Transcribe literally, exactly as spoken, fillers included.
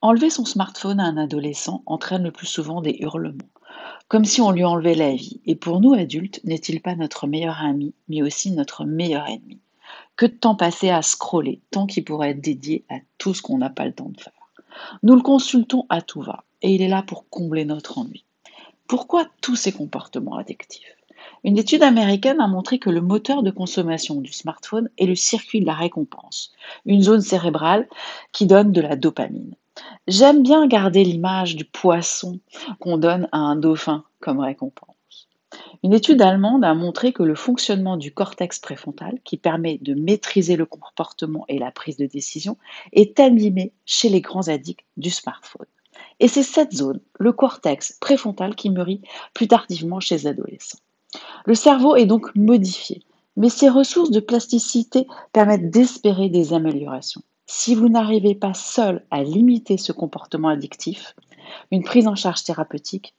Enlever son smartphone à un adolescent entraîne le plus souvent des hurlements, comme si on lui enlevait la vie. Et pour nous adultes, n'est-il pas notre meilleur ami, mais aussi notre meilleur ennemi? Que de temps passé à scroller, temps qui pourrait être dédié à tout ce qu'on n'a pas le temps de faire. Nous le consultons à tout va, et il est là pour combler notre ennui. Pourquoi tous ces comportements addictifs? Une étude américaine a montré que le moteur de consommation du smartphone est le circuit de la récompense, une zone cérébrale qui donne de la dopamine. J'aime bien garder l'image du poisson qu'on donne à un dauphin comme récompense. Une étude allemande a montré que le fonctionnement du cortex préfrontal, qui permet de maîtriser le comportement et la prise de décision, est animé chez les grands addicts du smartphone. Et c'est cette zone, le cortex préfrontal, qui mûrit plus tardivement chez les adolescents. Le cerveau est donc modifié, mais ses ressources de plasticité permettent d'espérer des améliorations. Si vous n'arrivez pas seul à limiter ce comportement addictif, une prise en charge thérapeutique